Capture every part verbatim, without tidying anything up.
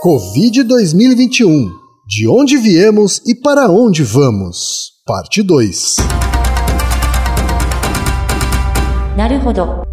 Covid dois mil e vinte e um. De onde viemos e para onde vamos? Parte dois. Naruhodo.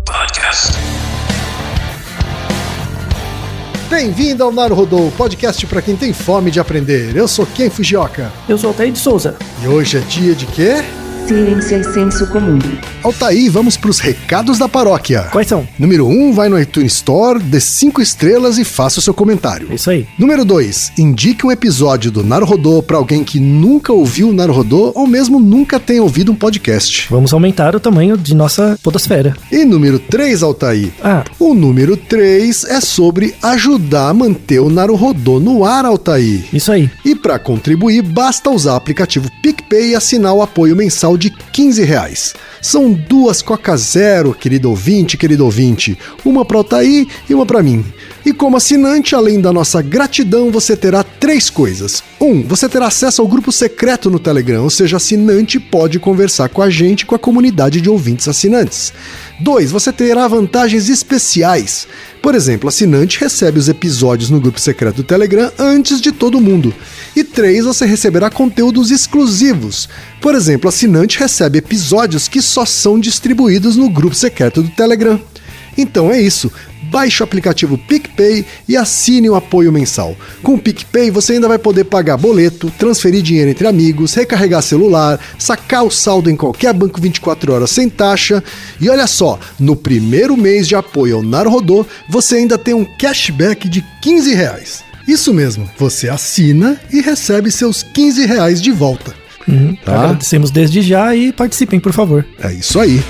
Bem-vindo ao Naruhodo, podcast para quem tem fome de aprender. Eu sou Ken Fujioka. Eu sou Altair de Souza. E hoje é dia de quê? Ciência e senso comum. Altair, vamos para os recados da paróquia. Quais são? Número um, vai no iTunes Store, dê cinco estrelas e faça o seu comentário. Isso aí. Número dois, indique um episódio do Naruhodo para alguém que nunca ouviu o Naruhodo ou mesmo nunca tenha ouvido um podcast. Vamos aumentar o tamanho de nossa podosfera. E número três, Altair. Ah. O número três é sobre ajudar a manter o Naruhodo no ar, Altair. Isso aí. E para contribuir, basta usar o aplicativo PicPay e assinar o apoio mensal de quinze reais. São duas Coca Zero, querido ouvinte, querido ouvinte. Uma para Altair e uma para mim. E como assinante, além da nossa gratidão, você terá três coisas. Um, você terá acesso ao grupo secreto no Telegram, ou seja, assinante pode conversar com a gente e com a comunidade de ouvintes assinantes. Dois, você terá vantagens especiais. Por exemplo, assinante recebe os episódios no grupo secreto do Telegram antes de todo mundo. E três, você receberá conteúdos exclusivos. Por exemplo, assinante recebe episódios que só são distribuídos no grupo secreto do Telegram. Então é isso. Baixe o aplicativo PicPay e assine o apoio mensal. Com o PicPay você ainda vai poder pagar boleto, transferir dinheiro entre amigos, recarregar celular, sacar o saldo em qualquer banco vinte e quatro horas sem taxa. E olha só, no primeiro mês de apoio ao Naruhodo, você ainda tem um cashback de quinze reais. Isso mesmo, você assina e recebe seus quinze reais de volta. Uhum, tá? Agradecemos desde já e participem, por favor. É isso aí.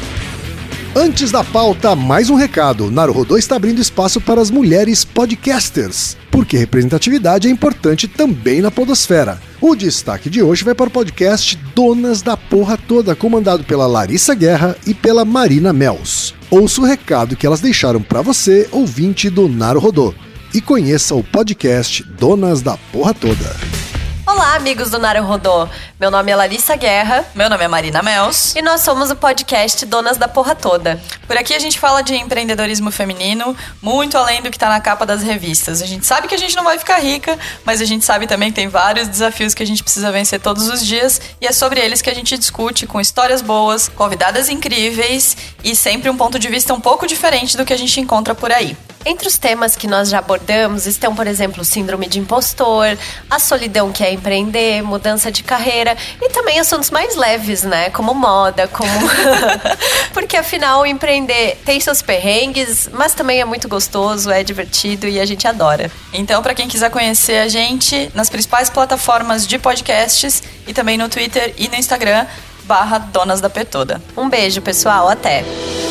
Antes da pauta, mais um recado. Naruhodo está abrindo espaço para as mulheres podcasters, porque representatividade é importante também na podosfera. O destaque de hoje vai para o podcast Donas da Porra Toda, comandado pela Larissa Guerra e pela Marina Mels. Ouça o recado que elas deixaram para você, ouvinte do Naruhodo, e conheça o podcast Donas da Porra Toda. Olá, amigos do Naruhodo. Meu nome é Larissa Guerra. Meu nome é Marina Mels. E nós somos o podcast Donas da Porra Toda. Por aqui a gente fala de empreendedorismo feminino, muito além do que tá na capa das revistas. A gente sabe que a gente não vai ficar rica, mas a gente sabe também que tem vários desafios que a gente precisa vencer todos os dias, e é sobre eles que a gente discute com histórias boas, convidadas incríveis e sempre um ponto de vista um pouco diferente do que a gente encontra por aí. Entre os temas que nós já abordamos estão, por exemplo, o síndrome de impostor, a solidão que é empreender, mudança de carreira e também assuntos mais leves, né? Como moda, como... Porque, afinal, empreender tem seus perrengues, mas também é muito gostoso, é divertido e a gente adora. Então, para quem quiser conhecer a gente, nas principais plataformas de podcasts e também no Twitter e no Instagram, barra Donas da P Toda. Um beijo, pessoal. Até!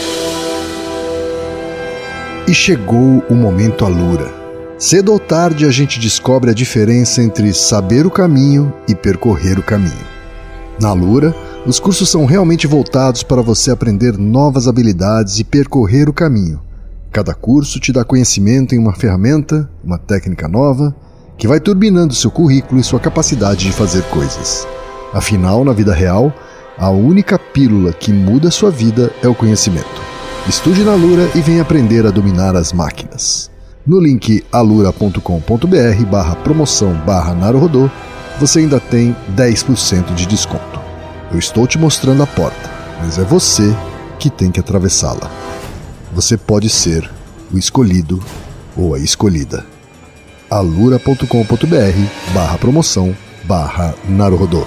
E chegou o momento Alura. Cedo ou tarde a gente descobre a diferença entre saber o caminho e percorrer o caminho. Na Alura, os cursos são realmente voltados para você aprender novas habilidades e percorrer o caminho. Cada curso te dá conhecimento em uma ferramenta, uma técnica nova, que vai turbinando seu currículo e sua capacidade de fazer coisas. Afinal, na vida real, a única pílula que muda a sua vida é o conhecimento. Estude na Alura e venha aprender a dominar as máquinas. No link alura.com.br barra promoção barra Naruhodo, você ainda tem dez por cento de desconto. Eu estou te mostrando a porta, mas é você que tem que atravessá-la. Você pode ser o escolhido ou a escolhida. alura.com.br barra promoção barra Naruhodo.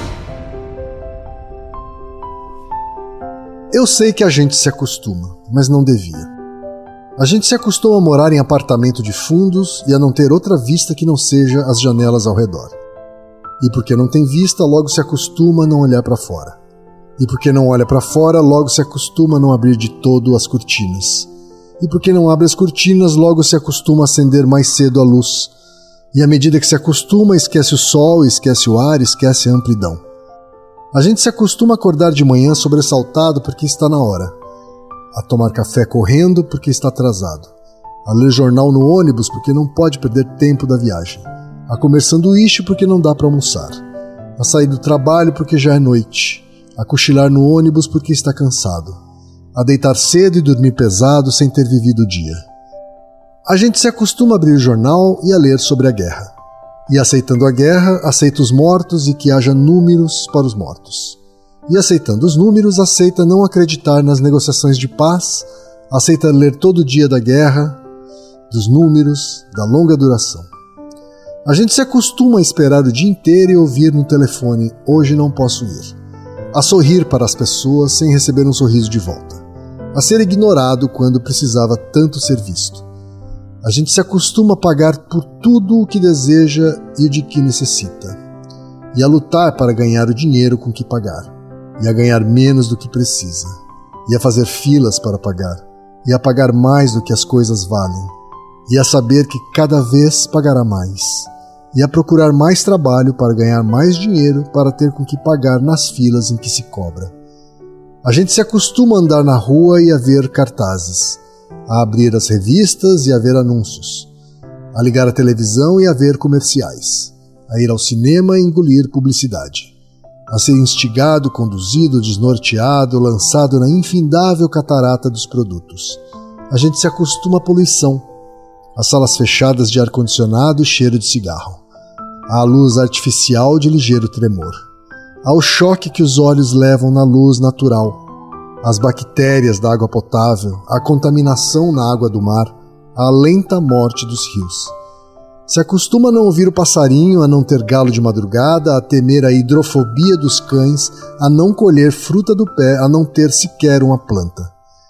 Eu sei que a gente se acostuma, mas não devia. A gente se acostuma a morar em apartamento de fundos e a não ter outra vista que não seja as janelas ao redor. E porque não tem vista, logo se acostuma a não olhar para fora. E porque não olha para fora, logo se acostuma a não abrir de todo as cortinas. E porque não abre as cortinas, logo se acostuma a acender mais cedo a luz. E à medida que se acostuma, esquece o sol, esquece o ar, esquece a amplidão. A gente se acostuma a acordar de manhã sobressaltado porque está na hora, a tomar café correndo porque está atrasado, a ler jornal no ônibus porque não pode perder tempo da viagem, a comer sanduíche porque não dá para almoçar, a sair do trabalho porque já é noite, a cochilar no ônibus porque está cansado, a deitar cedo e dormir pesado sem ter vivido o dia. A gente se acostuma a abrir o jornal e a ler sobre a guerra. E aceitando a guerra, aceita os mortos e que haja números para os mortos. E aceitando os números, aceita não acreditar nas negociações de paz, aceita ler todo dia da guerra, dos números, da longa duração. A gente se acostuma a esperar o dia inteiro e ouvir no telefone, hoje não posso ir. A sorrir para as pessoas sem receber um sorriso de volta. A ser ignorado quando precisava tanto ser visto. A gente se acostuma a pagar por tudo o que deseja e o de que necessita. E a lutar para ganhar o dinheiro com que pagar. E a ganhar menos do que precisa. E a fazer filas para pagar. E a pagar mais do que as coisas valem. E a saber que cada vez pagará mais. E a procurar mais trabalho para ganhar mais dinheiro para ter com que pagar nas filas em que se cobra. A gente se acostuma a andar na rua e a ver cartazes, a abrir as revistas e a ver anúncios, a ligar a televisão e a ver comerciais, a ir ao cinema e engolir publicidade, a ser instigado, conduzido, desnorteado, lançado na infindável catarata dos produtos. A gente se acostuma à poluição, às salas fechadas de ar-condicionado e cheiro de cigarro, à luz artificial de ligeiro tremor, ao choque que os olhos levam na luz natural, às bactérias da água potável, à contaminação na água do mar, à lenta morte dos rios. Se acostuma a não ouvir o passarinho, a não ter galo de madrugada, a temer a hidrofobia dos cães, a não colher fruta do pé, a não ter sequer uma planta.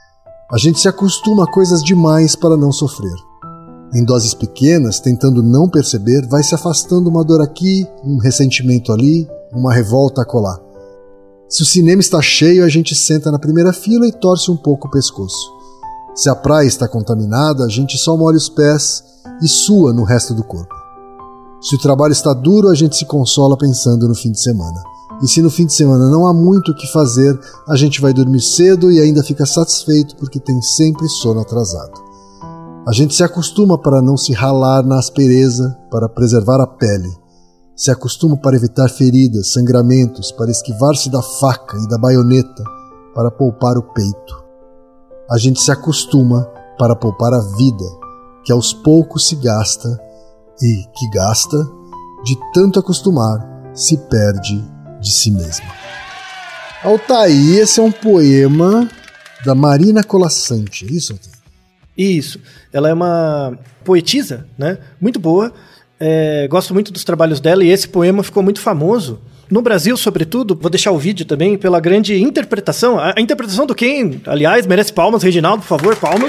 A gente se acostuma a coisas demais para não sofrer. Em doses pequenas, tentando não perceber, vai se afastando uma dor aqui, um ressentimento ali, uma revolta acolá. Se o cinema está cheio, a gente senta na primeira fila e torce um pouco o pescoço. Se a praia está contaminada, a gente só molha os pés e sua no resto do corpo. Se o trabalho está duro, a gente se consola pensando no fim de semana. E se no fim de semana não há muito o que fazer, a gente vai dormir cedo e ainda fica satisfeito porque tem sempre sono atrasado. A gente se acostuma para não se ralar na aspereza, para preservar a pele. Se acostuma para evitar feridas, sangramentos, para esquivar-se da faca e da baioneta, para poupar o peito. A gente se acostuma para poupar a vida, que aos poucos se gasta e, que gasta, de tanto acostumar, se perde de si mesma. Altair, esse é um poema da Marina Colasanti, é isso, Altair? Isso. Ela é uma poetisa, né? Muito boa. É, gosto muito dos trabalhos dela e esse poema ficou muito famoso. No Brasil, sobretudo, vou deixar o vídeo também, pela grande interpretação. A, a interpretação do Ken, aliás, merece palmas. Reginaldo, por favor, palmas.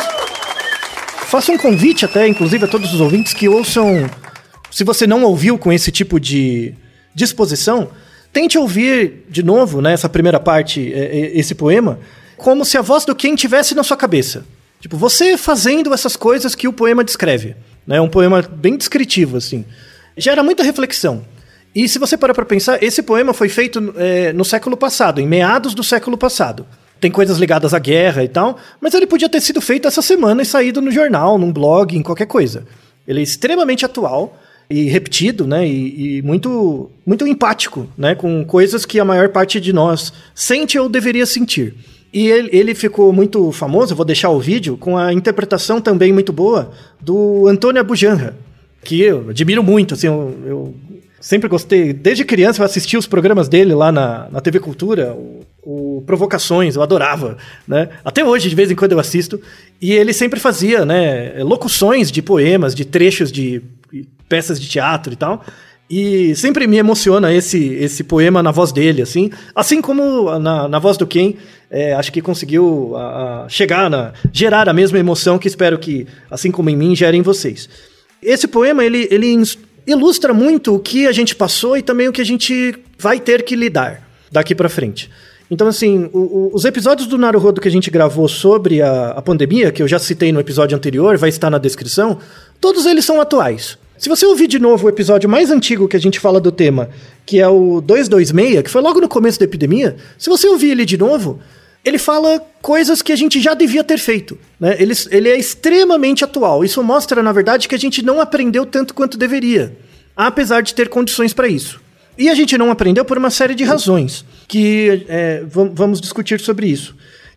Faço um convite até, inclusive, a todos os ouvintes que ouçam... Se você não ouviu com esse tipo de disposição, tente ouvir de novo, né, essa primeira parte, esse poema, como se a voz do Ken estivesse na sua cabeça. Tipo, você fazendo essas coisas que o poema descreve. É né? Um poema bem descritivo, assim. Gera muita reflexão. E se você parar para pensar, esse poema foi feito é, no século passado, em meados do século passado. Tem coisas ligadas à guerra e tal, mas ele podia ter sido feito essa semana e saído no jornal, num blog, em qualquer coisa. Ele é extremamente atual e repetido, né? E, e muito, muito empático, né? Com coisas que a maior parte de nós sente ou deveria sentir. E ele, ele ficou muito famoso, eu vou deixar o vídeo, com a interpretação também muito boa do Antônio Abujanra, que eu admiro muito, assim, eu, eu sempre gostei, desde criança eu assisti os programas dele lá na, na T V Cultura, o, o Provocações, eu adorava, né? Até hoje, de vez em quando eu assisto, e ele sempre fazia, né, locuções de poemas, de trechos de peças de teatro e tal, e sempre me emociona esse, esse poema na voz dele, assim, assim como na, na voz do Ken, é, acho que conseguiu a, a chegar, na, gerar a mesma emoção que espero que, assim como em mim, gerem em vocês. Esse poema, ele, ele ilustra muito o que a gente passou e também o que a gente vai ter que lidar daqui pra frente. Então, assim, o, o, os episódios do Naruhodo que a gente gravou sobre a, a pandemia, que eu já citei no episódio anterior, vai estar na descrição, todos eles são atuais. Se você ouvir de novo o episódio mais antigo que a gente fala do tema, que é o duzentos e vinte e seis, que foi logo no começo da epidemia, se você ouvir ele de novo, ele fala coisas que a gente já devia ter feito, né? Ele, ele é extremamente atual. Isso mostra, na verdade, que a gente não aprendeu tanto quanto deveria, apesar de ter condições para isso. E a gente não aprendeu por uma série de razões, que é, vamos discutir sobre isso.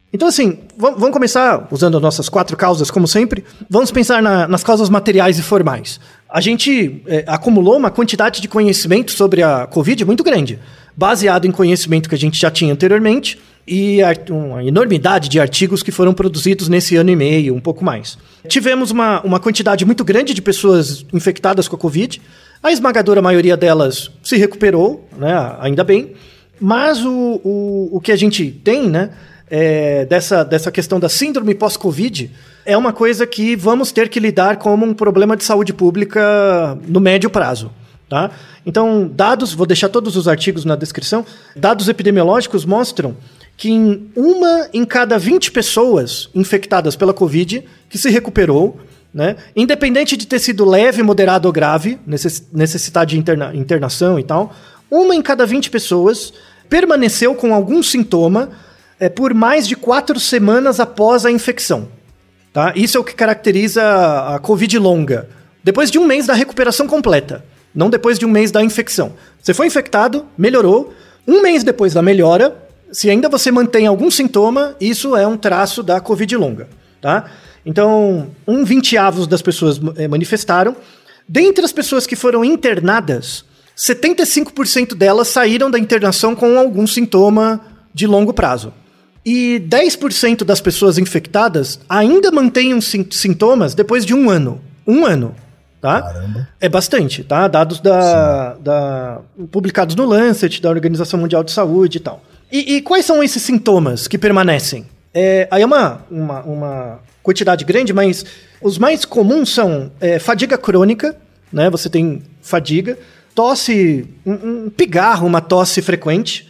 Então, assim, vamos começar usando as nossas quatro causas, como sempre. Vamos pensar na, nas causas materiais e formais. A gente é, acumulou uma quantidade de conhecimento sobre a Covid muito grande, baseado em conhecimento que a gente já tinha anteriormente e uma enormidade de artigos que foram produzidos nesse ano e meio, um pouco mais. Tivemos uma, uma quantidade muito grande de pessoas infectadas com a Covid. A esmagadora maioria delas se recuperou, né, ainda bem. Mas o, o, o que a gente tem, né, é, dessa, dessa questão da síndrome pós-Covid é uma coisa que vamos ter que lidar como um problema de saúde pública no médio prazo. Tá? Então, dados, vou deixar todos os artigos na descrição, dados epidemiológicos mostram que em uma em cada vinte pessoas infectadas pela Covid que se recuperou, né, independente de ter sido leve, moderado ou grave, necessidade de interna- internação e tal, uma em cada vinte pessoas permaneceu com algum sintoma é, por mais de quatro semanas após a infecção. Tá? Isso é o que caracteriza a Covid longa. Depois de um mês da recuperação completa, não depois de um mês da infecção. Você foi infectado, melhorou, um mês depois da melhora, se ainda você mantém algum sintoma, isso é um traço da Covid longa. Tá? Então, um vinteavos das pessoas é, manifestaram. Dentre as pessoas que foram internadas, setenta e cinco por cento delas saíram da internação com algum sintoma de longo prazo. E dez por cento das pessoas infectadas ainda mantêm os sintomas depois de um ano. Um ano, tá? Caramba. É bastante, tá? Dados da, da, publicados no Lancet, da Organização Mundial de Saúde e tal. E, e quais são esses sintomas que permanecem? É, aí é uma, uma, uma quantidade grande, mas os mais comuns são é, fadiga crônica, né? Você tem fadiga, tosse, um, um pigarro, uma tosse frequente,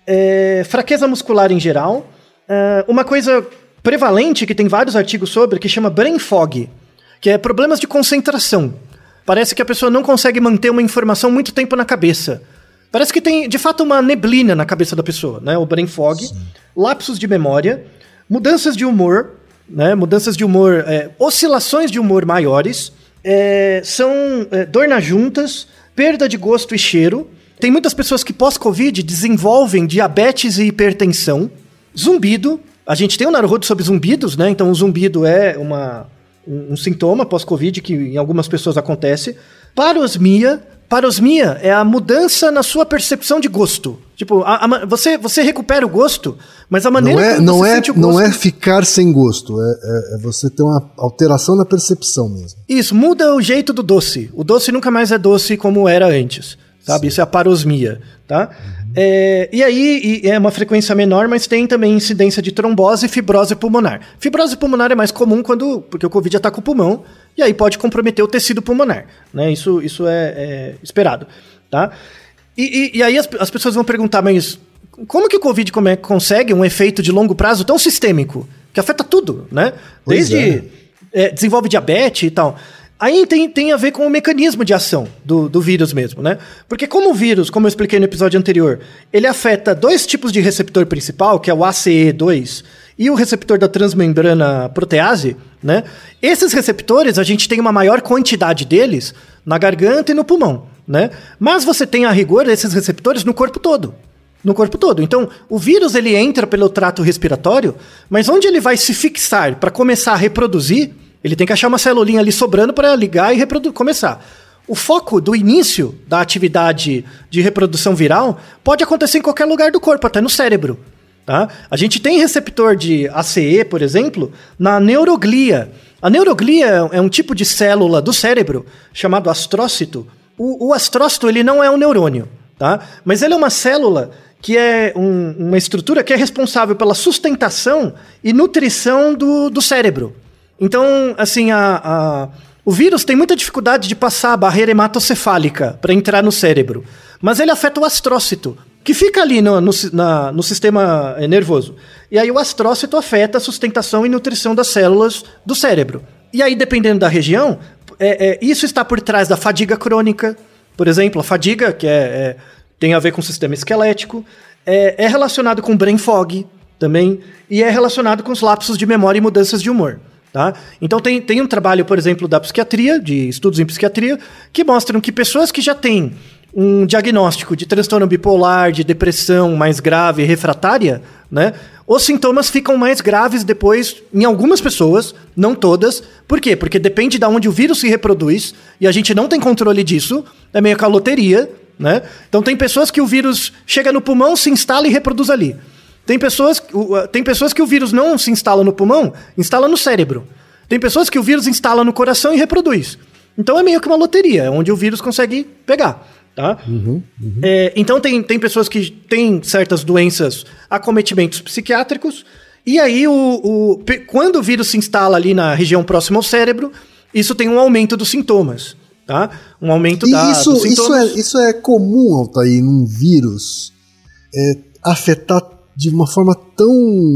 é, fraqueza muscular em geral, é, uma coisa prevalente que tem vários artigos sobre, que chama brain fog, que é problemas de concentração. Parece que a pessoa não consegue manter uma informação muito tempo na cabeça. Parece que tem, de fato, uma neblina na cabeça da pessoa, né? O brain fog, sim. Lapsos de memória, mudanças de humor, né? Mudanças de humor, é, oscilações de humor maiores, é, são é, dor nas juntas, perda de gosto e cheiro. Tem muitas pessoas que pós-Covid desenvolvem diabetes e hipertensão. Zumbido. A gente tem um Naruhodo sobre zumbidos, né? Então o zumbido é uma, um, um sintoma pós-Covid que em algumas pessoas acontece. Parosmia. Parosmia é a mudança na sua percepção de gosto. Tipo, a, a, você, você recupera o gosto, mas a maneira não é, como não você é, sente o gosto... Não é ficar sem gosto, é, é, é você ter uma alteração na percepção mesmo. Isso, muda o jeito do doce. O doce nunca mais é doce como era antes, sabe? Sim. Isso é a parosmia, tá? Uhum. É, e aí e é uma frequência menor, mas tem também incidência de trombose e fibrose pulmonar. Fibrose pulmonar é mais comum quando, porque o Covid ataca o pulmão, e aí pode comprometer o tecido pulmonar, né? Isso, isso é, é esperado, tá? E, e, e aí as, as pessoas vão perguntar, mas como que o Covid come, consegue um efeito de longo prazo tão sistêmico, que afeta tudo, né? Pois Desde é. É, desenvolve diabetes e tal. Aí tem, tem a ver com o mecanismo de ação do, do vírus mesmo, né? Porque como o vírus, como eu expliquei no episódio anterior, ele afeta dois tipos de receptor principal, que é o A C E dois e o receptor da transmembrana protease, né? Esses receptores, a gente tem uma maior quantidade deles na garganta e no pulmão, né? Mas você tem, a rigor, esses receptores no corpo todo. No corpo todo. Então, o vírus, ele entra pelo trato respiratório, mas onde ele vai se fixar para começar a reproduzir, ele tem que achar uma celulinha ali sobrando para ligar e reprodu- começar. O foco do início da atividade de reprodução viral pode acontecer em qualquer lugar do corpo, até no cérebro. Tá? A gente tem receptor de A C E, por exemplo, na neuroglia. A neuroglia é um tipo de célula do cérebro chamado astrócito. O, o astrócito, ele não é um neurônio, tá? Mas ele é uma célula que é um, uma estrutura que é responsável pela sustentação e nutrição do, do cérebro. Então, assim, a, a, o vírus tem muita dificuldade de passar a barreira hematocefálica para entrar no cérebro, mas ele afeta o astrócito, que fica ali no, no, na, no sistema nervoso. E aí o astrócito afeta a sustentação e nutrição das células do cérebro. E aí, dependendo da região, é, é, isso está por trás da fadiga crônica, por exemplo, a fadiga, que é, é, tem a ver com o sistema esquelético, é, é relacionado com brain fog também, e é relacionado com os lapsos de memória e mudanças de humor. Tá? Então tem, tem um trabalho, por exemplo, da psiquiatria, de estudos em psiquiatria, que mostram que pessoas que já têm um diagnóstico de transtorno bipolar, de depressão mais grave e refratária, né? Os sintomas ficam mais graves depois em algumas pessoas, não todas. Por quê? Porque depende de onde o vírus se reproduz e a gente não tem controle disso, é meio que a loteria, né? Então tem pessoas que o vírus chega no pulmão, se instala e reproduz ali. Tem pessoas, tem pessoas que o vírus não se instala no pulmão, instala no cérebro. Tem pessoas que o vírus instala no coração e reproduz. Então é meio que uma loteria, onde o vírus consegue pegar. Tá? Uhum, uhum. É, então tem, tem pessoas que têm certas doenças, acometimentos psiquiátricos, e aí o, o, quando o vírus se instala ali na região próxima ao cérebro, isso tem um aumento dos sintomas. Tá? Um aumento e da, isso, dos sintomas. Isso é, isso é comum, Altair, num vírus é, afetar de uma forma tão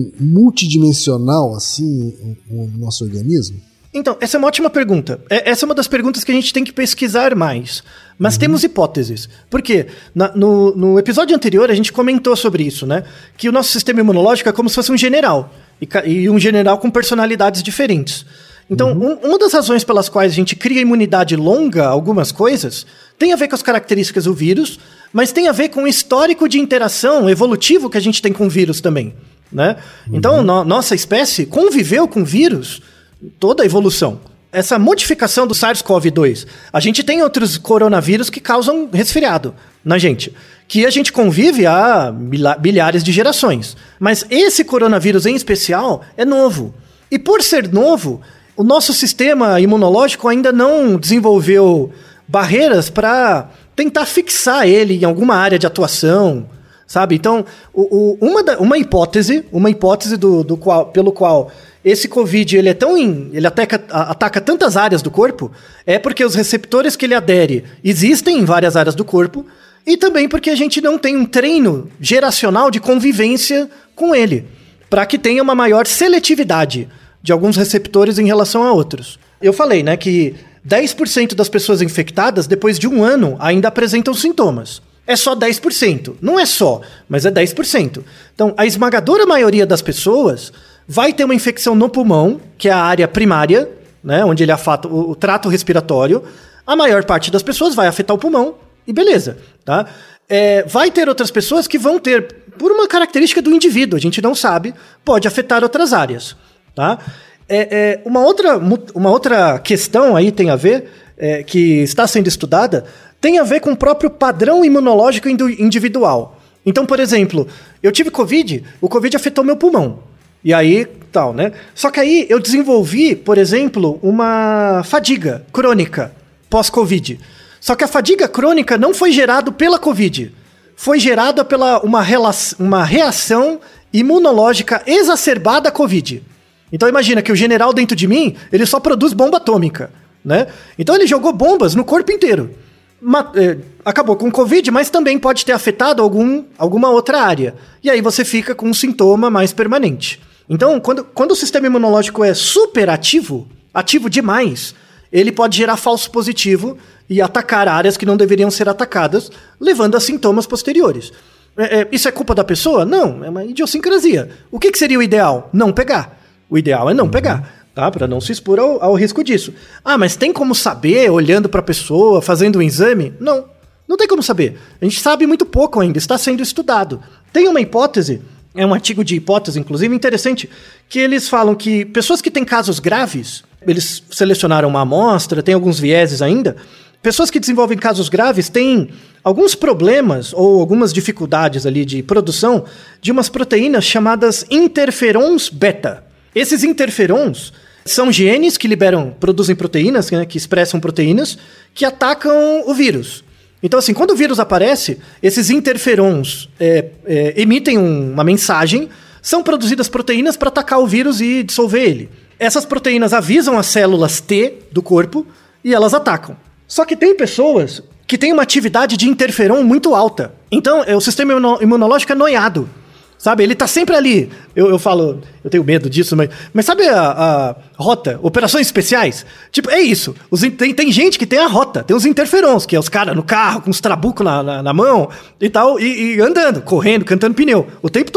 multidimensional assim o, o nosso organismo? Então, essa é uma ótima pergunta. É, essa é uma das perguntas que a gente tem que pesquisar mais. Mas uhum. temos hipóteses. Por quê? Na, no, no episódio anterior, a gente comentou sobre isso, né? Que o nosso sistema imunológico é como se fosse um general. E, e um general com personalidades diferentes. Então, uhum. um, uma das razões pelas quais a gente cria imunidade longa a algumas coisas tem a ver com as características do vírus, mas tem a ver com o histórico de interação evolutivo que a gente tem com o vírus também, né? Uhum. Então, no, nossa espécie conviveu com vírus toda a evolução. Essa modificação do SARS-CoV dois, a gente tem outros coronavírus que causam resfriado na gente, que a gente convive há milhares de gerações. Mas esse coronavírus em especial é novo. E por ser novo, o nosso sistema imunológico ainda não desenvolveu barreiras para tentar fixar ele em alguma área de atuação, sabe? Então, o, o, uma, da, uma hipótese, uma hipótese do, do qual, pelo qual esse Covid ele é tão in, ele ataca, ataca tantas áreas do corpo é porque os receptores que ele adere existem em várias áreas do corpo e também porque a gente não tem um treino geracional de convivência com ele, para que tenha uma maior seletividade de alguns receptores em relação a outros. Eu falei, né, que dez por cento das pessoas infectadas, depois de um ano, ainda apresentam sintomas. É só dez por cento. Não é só, mas é dez por cento. Então, a esmagadora maioria das pessoas vai ter uma infecção no pulmão, que é a área primária, né, onde ele afeta o, o trato respiratório. A maior parte das pessoas vai afetar o pulmão, e beleza. Tá? É, vai ter outras pessoas que vão ter, por uma característica do indivíduo, a gente não sabe, pode afetar outras áreas. Tá? É, é, uma, outra, uma outra questão aí tem a ver, é, que está sendo estudada, tem a ver com o próprio padrão imunológico individual. Então, por exemplo, eu tive Covid, o Covid afetou meu pulmão. E aí, tal, né? Só que aí eu desenvolvi, por exemplo, uma fadiga crônica pós-Covid. Só que a fadiga crônica não foi gerada pela Covid. Foi gerada pela uma, uma reação imunológica exacerbada à Covid. Então imagina que o general dentro de mim, ele só produz bomba atômica, né? Então ele jogou bombas no corpo inteiro. Ma- é, acabou com o Covid, mas também pode ter afetado algum, alguma outra área. E aí você fica com um sintoma mais permanente. Então, quando, quando o sistema imunológico é super ativo, ativo demais, ele pode gerar falso positivo e atacar áreas que não deveriam ser atacadas, levando a sintomas posteriores. É, é, isso é culpa da pessoa? Não, é uma idiosincrasia. O que, que seria o ideal? Não pegar. O ideal é não pegar. Tá? Para não se expor ao, ao risco disso. Ah, mas tem como saber, olhando para a pessoa, fazendo um exame? Não, não tem como saber. A gente sabe muito pouco ainda, está sendo estudado. Tem uma hipótese, é um artigo de hipótese, inclusive, interessante, que eles falam que pessoas que têm casos graves, eles selecionaram uma amostra, tem alguns vieses ainda, pessoas que desenvolvem casos graves têm alguns problemas ou algumas dificuldades ali de produção de umas proteínas chamadas interferons beta. Esses interferons são genes que liberam, produzem proteínas, né, que expressam proteínas, que atacam o vírus. Então, assim, quando o vírus aparece, esses interferons é, é, emitem um, uma mensagem, são produzidas proteínas para atacar o vírus e dissolver ele. Essas proteínas avisam as células T do corpo e elas atacam. Só que tem pessoas que têm uma atividade de interferon muito alta. Então, é, o sistema imunológico é noiado. Sabe, ele tá sempre ali. Eu, eu falo, eu tenho medo disso, mas, mas sabe a, a rota? Operações especiais? Tipo, é isso. Os, tem, tem gente que tem a rota, tem os interferons, que é os caras no carro, com os trabucos na, na, na mão e tal, e, e andando, correndo, cantando pneu, o tempo todo.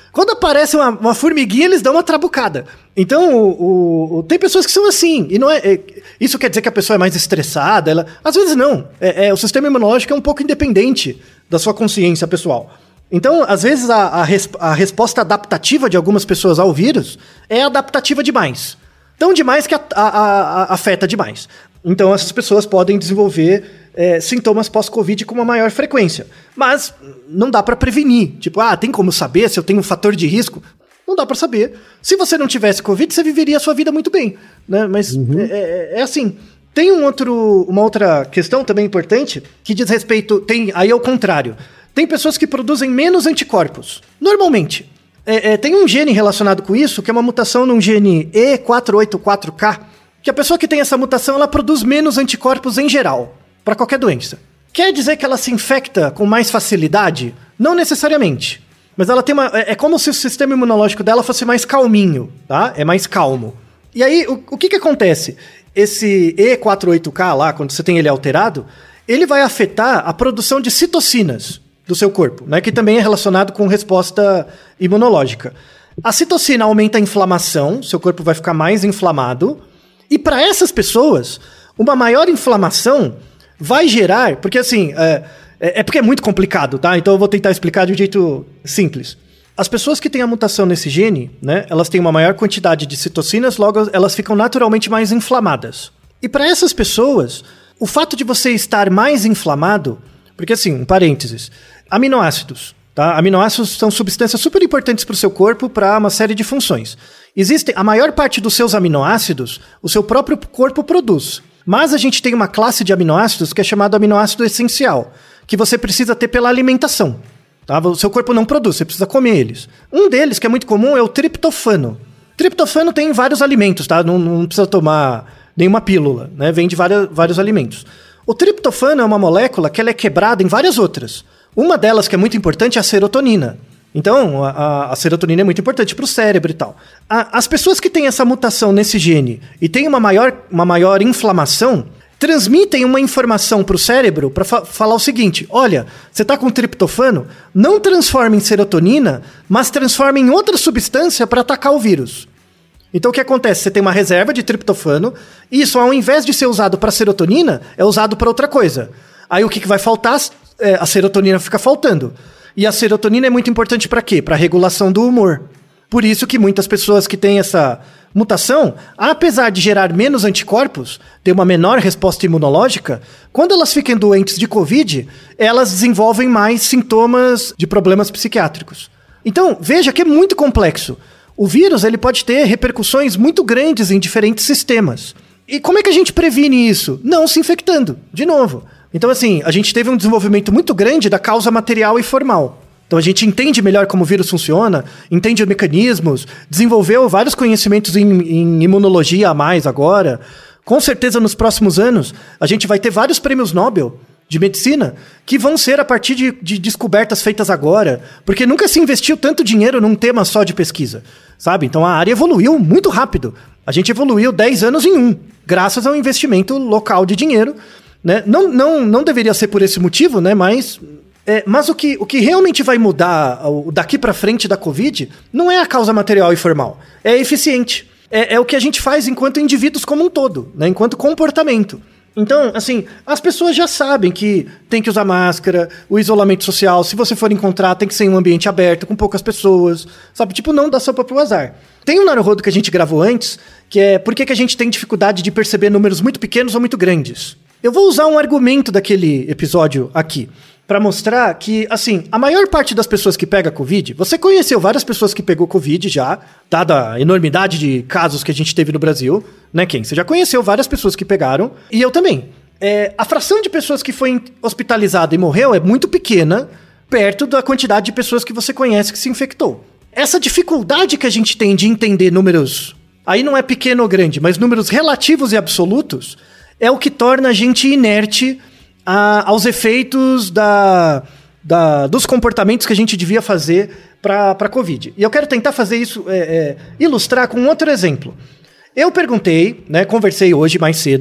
Quando aparece uma, uma formiguinha, eles dão uma trabucada. Então, o, o, o, tem pessoas que são assim. E não é, é, isso quer dizer que a pessoa é mais estressada? Ela, às vezes não. É, é, o sistema imunológico é um pouco independente da sua consciência pessoal. Então, às vezes, a, a, res, a resposta adaptativa de algumas pessoas ao vírus é adaptativa demais. Tão demais que a, a, a, afeta demais. Então, essas pessoas podem desenvolver é, sintomas pós-Covid com uma maior frequência. Mas não dá para prevenir. Tipo, ah, tem como saber se eu tenho um fator de risco? Não dá para saber. Se você não tivesse Covid, você viveria a sua vida muito bem. Né? Mas uhum. é, é, é assim. Tem um outro, uma outra questão também importante que diz respeito... Tem, aí é o contrário. Tem pessoas que produzem menos anticorpos. Normalmente. É, é, tem um gene relacionado com isso, que é uma mutação num gene E quatrocentos e oitenta e quatro K, que a pessoa que tem essa mutação, ela produz menos anticorpos em geral, para qualquer doença. Quer dizer que ela se infecta com mais facilidade? Não necessariamente. Mas ela tem uma... É, é como se o sistema imunológico dela fosse mais calminho, tá? É mais calmo. E aí, o, o que que acontece? Esse E quatrocentos e oitenta K lá, quando você tem ele alterado, ele vai afetar a produção de citocinas do seu corpo, né? Que também é relacionado com resposta imunológica. A citocina aumenta a inflamação, seu corpo vai ficar mais inflamado. E para essas pessoas, uma maior inflamação vai gerar... Porque assim, é, é porque é muito complicado, tá? Então eu vou tentar explicar de um jeito simples. As pessoas que têm a mutação nesse gene, né? Elas têm uma maior quantidade de citocinas, logo elas ficam naturalmente mais inflamadas. E para essas pessoas, o fato de você estar mais inflamado... Porque assim, um parênteses, aminoácidos, tá? Aminoácidos são substâncias super importantes para o seu corpo para uma série de funções. Existem, a maior parte dos seus aminoácidos, o seu próprio corpo produz. Mas a gente tem uma classe de aminoácidos que é chamado aminoácido essencial, que você precisa ter pela alimentação. Tá? O seu corpo não produz, você precisa comer eles. Um deles, que é muito comum, é o triptofano. Triptofano tem em vários alimentos, tá? Não, não precisa tomar nenhuma pílula, né? Vem de várias, vários alimentos. O triptofano é uma molécula que ela é quebrada em várias outras. Uma delas, que é muito importante, é a serotonina. Então, a, a serotonina é muito importante para o cérebro e tal. A, as pessoas que têm essa mutação nesse gene e têm uma maior, uma maior inflamação, transmitem uma informação para o cérebro para fa- falar o seguinte: olha, você está com triptofano, não transforma em serotonina, mas transforma em outra substância para atacar o vírus. Então o que acontece? Você tem uma reserva de triptofano, e isso, ao invés de ser usado para serotonina, é usado para outra coisa. Aí o que, que vai faltar? É, a serotonina fica faltando. E a serotonina é muito importante para quê? Para a regulação do humor. Por isso que muitas pessoas que têm essa mutação, apesar de gerar menos anticorpos, ter uma menor resposta imunológica, quando elas ficam doentes de Covid, elas desenvolvem mais sintomas de problemas psiquiátricos. Então, veja que é muito complexo. O vírus ele pode ter repercussões muito grandes em diferentes sistemas. E como é que a gente previne isso? Não se infectando, de novo. Então, assim, a gente teve um desenvolvimento muito grande da causa material e formal. Então, a gente entende melhor como o vírus funciona, entende os mecanismos, desenvolveu vários conhecimentos em, em imunologia a mais agora. Com certeza, nos próximos anos, a gente vai ter vários prêmios Nobel de medicina, que vão ser a partir de, de descobertas feitas agora, porque nunca se investiu tanto dinheiro num tema só de pesquisa, sabe? Então a área evoluiu muito rápido. A gente evoluiu dez anos em um, graças ao investimento local de dinheiro, né? Não, não, não deveria ser por esse motivo, né? Mas, é, mas o, que, o que realmente vai mudar daqui para frente da Covid não é a causa material e formal, é eficiente. É, é o que a gente faz enquanto indivíduos como um todo, né? Enquanto comportamento. Então, assim, as pessoas já sabem que tem que usar máscara, o isolamento social, se você for encontrar, tem que ser em um ambiente aberto, com poucas pessoas, sabe? Tipo, não dá sopa pro azar. Tem um Naruhodo que a gente gravou antes, que é por que que a gente tem dificuldade de perceber números muito pequenos ou muito grandes. Eu vou usar um argumento daquele episódio aqui, para mostrar que, assim, a maior parte das pessoas que pega Covid, você conheceu várias pessoas que pegou Covid já, dada a enormidade de casos que a gente teve no Brasil, né, Ken? Você já conheceu várias pessoas que pegaram, e eu também. É, a fração de pessoas que foi hospitalizada e morreu é muito pequena, perto da quantidade de pessoas que você conhece que se infectou. Essa dificuldade que a gente tem de entender números, aí não é pequeno ou grande, mas números relativos e absolutos, é o que torna a gente inerte a, aos efeitos da, da, dos comportamentos que a gente devia fazer para a Covid. E eu quero tentar fazer isso, é, é, ilustrar com um outro exemplo. Eu perguntei, né, conversei hoje mais cedo,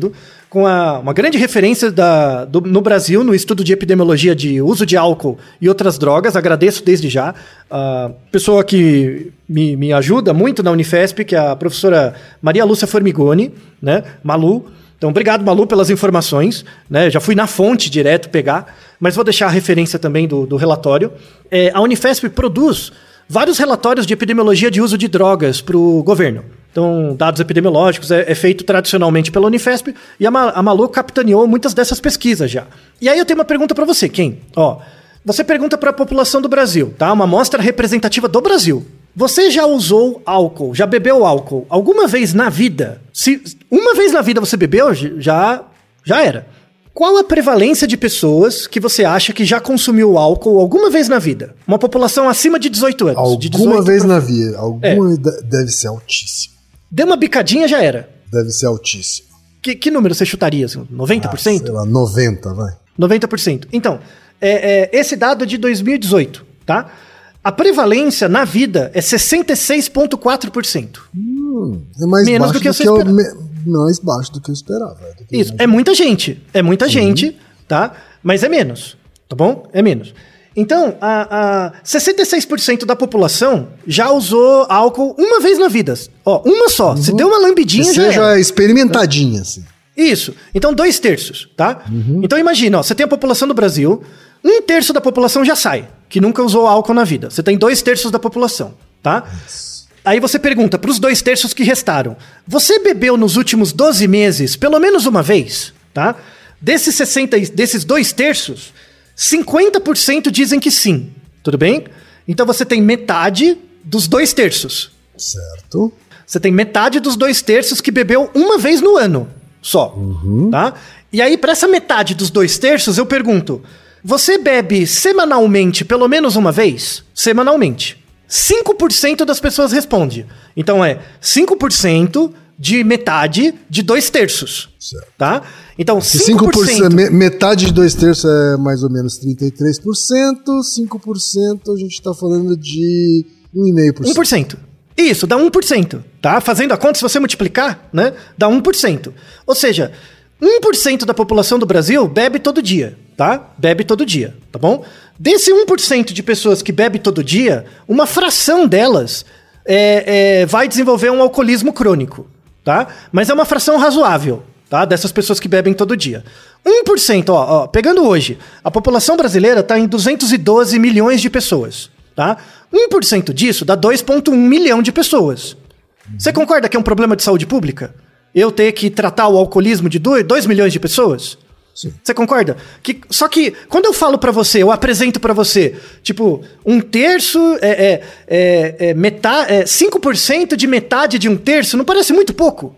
com a, uma grande referência da, do, no Brasil, no estudo de epidemiologia de uso de álcool e outras drogas. Agradeço desde já. A pessoa que me, me ajuda muito na Unifesp, que é a professora Maria Lúcia Formigoni, né? Malu. Então, obrigado, Malu, pelas informações. Né? Já fui na fonte direto pegar, mas vou deixar a referência também do, do relatório. É, a Unifesp produz vários relatórios de epidemiologia de uso de drogas para o governo. Então, dados epidemiológicos é, é feito tradicionalmente pela Unifesp e a, Ma, a Malu capitaneou muitas dessas pesquisas já. E aí eu tenho uma pergunta para você, Ken. Ó, você pergunta para a população do Brasil, tá? Uma amostra representativa do Brasil. Você já usou álcool, já bebeu álcool alguma vez na vida? Se uma vez na vida você bebeu, já, já era. Qual a prevalência de pessoas que você acha que já consumiu álcool alguma vez na vida? Uma população acima de dezoito anos. Alguma de dezoito vez pra... na vida. Alguma é. Deve ser altíssimo. Deu uma bicadinha, já era. Deve ser altíssimo. Que, que número você chutaria? Assim, noventa por cento? Ah, sei lá, noventa, vai. noventa por cento. Então, é, é, esse dado é de dois mil e dezoito, tá? A prevalência na vida é sessenta e seis vírgula quatro por cento. Hum, é mais Menos baixo do que, do você que eu esperava. me... mais baixo do que eu esperava. Que Isso, eu é muita gente. É muita uhum. gente, tá? Mas é menos, tá bom? É menos. Então, a, a sessenta e seis por cento da população já usou álcool uma vez na vida. Ó, uma só. Uhum. Se deu uma lambidinha, que já seja era. experimentadinha, assim. Isso. Então, dois terços, tá? Uhum. Então, imagina, ó, você tem a população do Brasil, um terço da população já sai, que nunca usou álcool na vida. Você tem dois terços da população, tá? Isso. Aí você pergunta para os dois terços que restaram, você bebeu nos últimos doze meses pelo menos uma vez, tá? Desses, sessenta, desses dois terços, cinquenta por cento dizem que sim, tudo bem? Então você tem metade dos dois terços. Certo. Você tem metade dos dois terços que bebeu uma vez no ano só, uhum. tá? E aí, para essa metade dos dois terços, eu pergunto, você bebe semanalmente pelo menos uma vez? Semanalmente. cinco por cento das pessoas responde. Então é cinco por cento de metade de dois terços. Certo. Tá? Então cinco por cento... cinco por cento... Metade de dois terços é mais ou menos trinta e três por cento. cinco por cento a gente está falando de um vírgula cinco por cento. um por cento. Isso, dá um por cento. Tá? Fazendo a conta, se você multiplicar, né, dá um por cento. Ou seja, um por cento da população do Brasil bebe todo dia. Tá? Bebe todo dia, tá bom? Desse um por cento de pessoas que bebe todo dia, uma fração delas é, é, vai desenvolver um alcoolismo crônico, tá? Mas é uma fração razoável, tá? Dessas pessoas que bebem todo dia. um por cento, ó, ó, pegando hoje, a população brasileira está em duzentos e doze milhões de pessoas, tá? um por cento disso dá dois vírgula um milhão de pessoas. Você concorda que é um problema de saúde pública? Eu ter que tratar o alcoolismo de dois milhões de pessoas? Sim. Você concorda? Que, só que, quando eu falo pra você, eu apresento pra você, tipo, um terço, é, é, é, é, metade, é cinco por cento de metade de um terço, não parece muito pouco?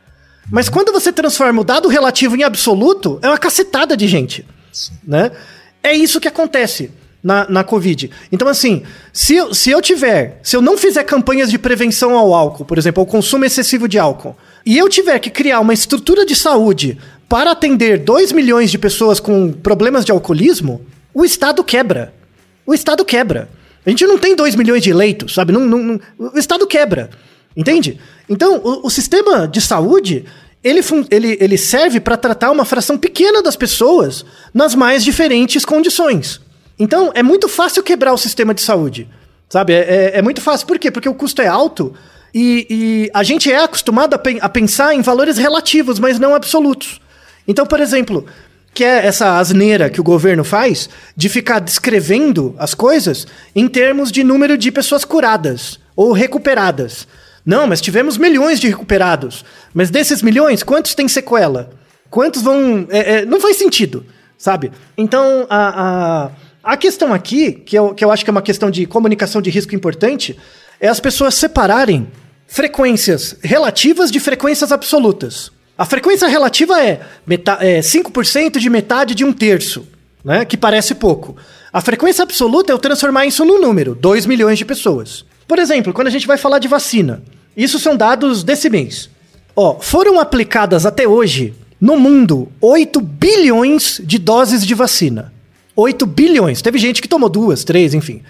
Mas quando você transforma o dado relativo em absoluto, é uma cacetada de gente. Sim. Né? É isso que acontece na, na Covid. Então, assim, se eu, se eu tiver, se eu não fizer campanhas de prevenção ao álcool, por exemplo, ao consumo excessivo de álcool, e eu tiver que criar uma estrutura de saúde para atender dois milhões de pessoas com problemas de alcoolismo, o Estado quebra. O Estado quebra. A gente não tem dois milhões de leitos, sabe? Não, não, não, o Estado quebra. Entende? Então, o, o sistema de saúde, ele, ele, ele serve para tratar uma fração pequena das pessoas nas mais diferentes condições. Então, é muito fácil quebrar o sistema de saúde. Sabe? É, é, é muito fácil. Por quê? Porque o custo é alto e, e a gente é acostumado a, pe- a pensar em valores relativos, mas não absolutos. Então, por exemplo, que é essa asneira que o governo faz de ficar descrevendo as coisas em termos de número de pessoas curadas ou recuperadas. Não, mas tivemos milhões de recuperados. Mas desses milhões, quantos têm sequela? Quantos vão... É, é, não faz sentido, sabe? Então, a, a, a questão aqui, que eu, que eu acho que é uma questão de comunicação de risco importante, é as pessoas separarem frequências relativas de frequências absolutas. A frequência relativa é, meta- é cinco por cento de metade de um terço, né? Que parece pouco. A frequência absoluta é eu transformar isso num número, dois milhões de pessoas. Por exemplo, quando a gente vai falar de vacina, isso são dados desse mês. Ó, foram aplicadas até hoje, no mundo, oito bilhões de doses de vacina. oito bilhões. Teve gente que tomou duas, três, enfim.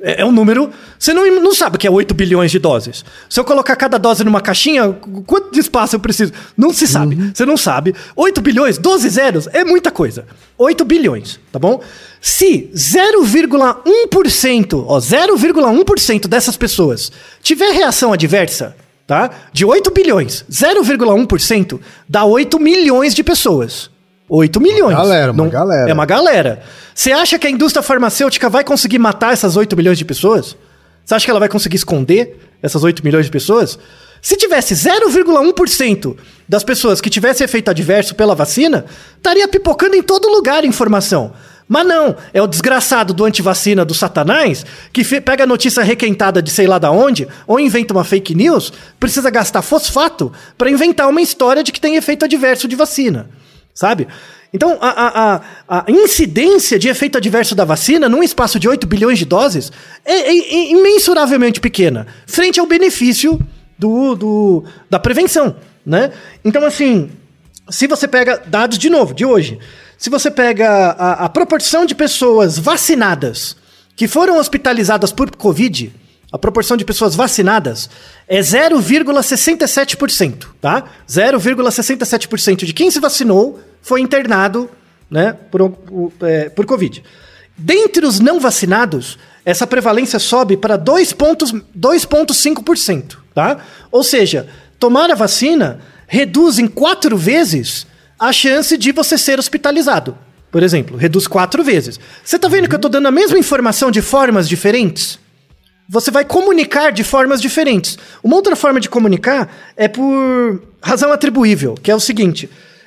É, é um número... Você não, não sabe o que é oito bilhões de doses. Se eu colocar cada dose numa caixinha, quanto de espaço eu preciso? Não se sabe. Uhum. Você não sabe. oito bilhões, doze zeros, é muita coisa. oito bilhões, tá bom? Se zero vírgula um por cento, ó, zero vírgula um por cento dessas pessoas tiver reação adversa, tá? De oito bilhões, zero vírgula um por cento dá oito milhões de pessoas. oito milhões. Uma galera, uma não, galera. É uma galera. Você acha que a indústria farmacêutica vai conseguir matar essas oito milhões de pessoas? Você acha que ela vai conseguir esconder essas oito milhões de pessoas? Se tivesse zero vírgula um por cento das pessoas que tivesse efeito adverso pela vacina, estaria pipocando em todo lugar a informação. Mas não, é o desgraçado do antivacina do Satanás que fe- pega a notícia requentada de sei lá da onde, ou inventa uma fake news, precisa gastar fosfato para inventar uma história de que tem efeito adverso de vacina, sabe? Então, a, a, a incidência de efeito adverso da vacina num espaço de oito bilhões de doses é, é, é imensuravelmente pequena, frente ao benefício do, do, da prevenção, né? Então, assim, se você pega dados, de novo, de hoje, se você pega a, a proporção de pessoas vacinadas que foram hospitalizadas por Covid, a proporção de pessoas vacinadas é zero vírgula sessenta e sete por cento, tá? zero vírgula sessenta e sete por cento de quem se vacinou foi internado, né, por, por, é, por Covid. Dentre os não vacinados, essa prevalência sobe para dois vírgula cinco por cento, tá? Ou seja, tomar a vacina reduz em quatro vezes a chance de você ser hospitalizado. Por exemplo, reduz quatro vezes. Você tá vendo que eu tô dando a mesma informação de formas diferentes? Você vai comunicar de formas diferentes. Uma outra forma de comunicar é por razão atribuível, que é o seguinte.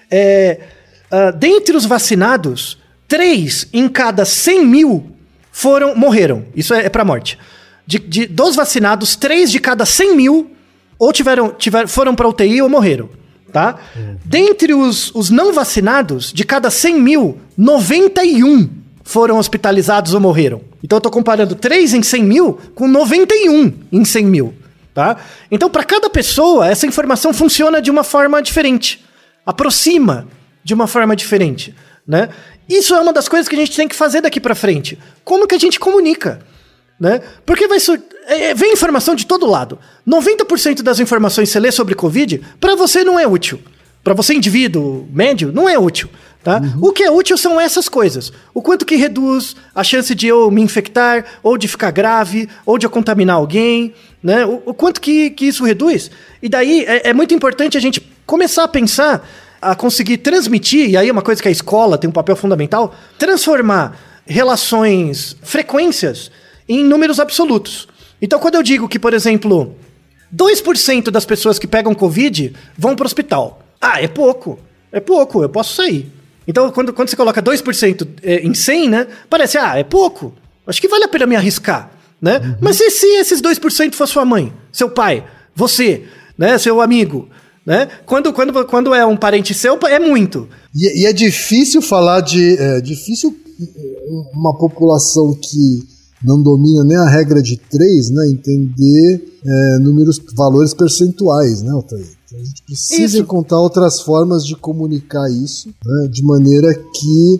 É, uh, dentre os vacinados, três em cada cem mil foram, morreram. Isso é, é para morte. De, de, dos vacinados, três de cada cem mil ou tiveram, tiveram, foram para U T I ou morreram. Tá? Uhum. Dentre os, os não vacinados, de cada cem mil, noventa e um foram hospitalizados ou morreram. Então eu tô comparando três em cem mil com noventa e um em cem mil. Tá? Então, para cada pessoa, essa informação funciona de uma forma diferente. Aproxima de uma forma diferente. Né? Isso é uma das coisas que a gente tem que fazer daqui para frente. Como que a gente comunica? Né? Porque vai sur- é, vem informação de todo lado. noventa por cento das informações que você lê sobre Covid, para você não é útil. Para você, indivíduo médio, não é útil. Tá? Uhum. O que é útil são essas coisas. O quanto que reduz a chance de eu me infectar, ou de ficar grave, ou de eu contaminar alguém. Né? O, o quanto que, que isso reduz. E daí é, é muito importante a gente começar a pensar, a conseguir transmitir, e aí é uma coisa que a escola tem um papel fundamental, transformar relações, frequências, em números absolutos. Então, quando eu digo que, por exemplo, dois por cento das pessoas que pegam Covid vão para o hospital. Ah, é pouco. É pouco, eu posso sair. Então, quando, quando você coloca dois por cento em cem, né? Parece, ah, é pouco. Acho que vale a pena me arriscar, né? Uhum. Mas e se esses dois por cento for sua mãe, seu pai, você, né? Seu amigo, né? Quando, quando, quando é um parente seu, é muito. E, e é difícil falar de... É difícil uma população que não domina nem a regra de três, né, entender é, números, valores percentuais, né, Altair? Então a gente precisa isso. encontrar outras formas de comunicar isso, né, de maneira que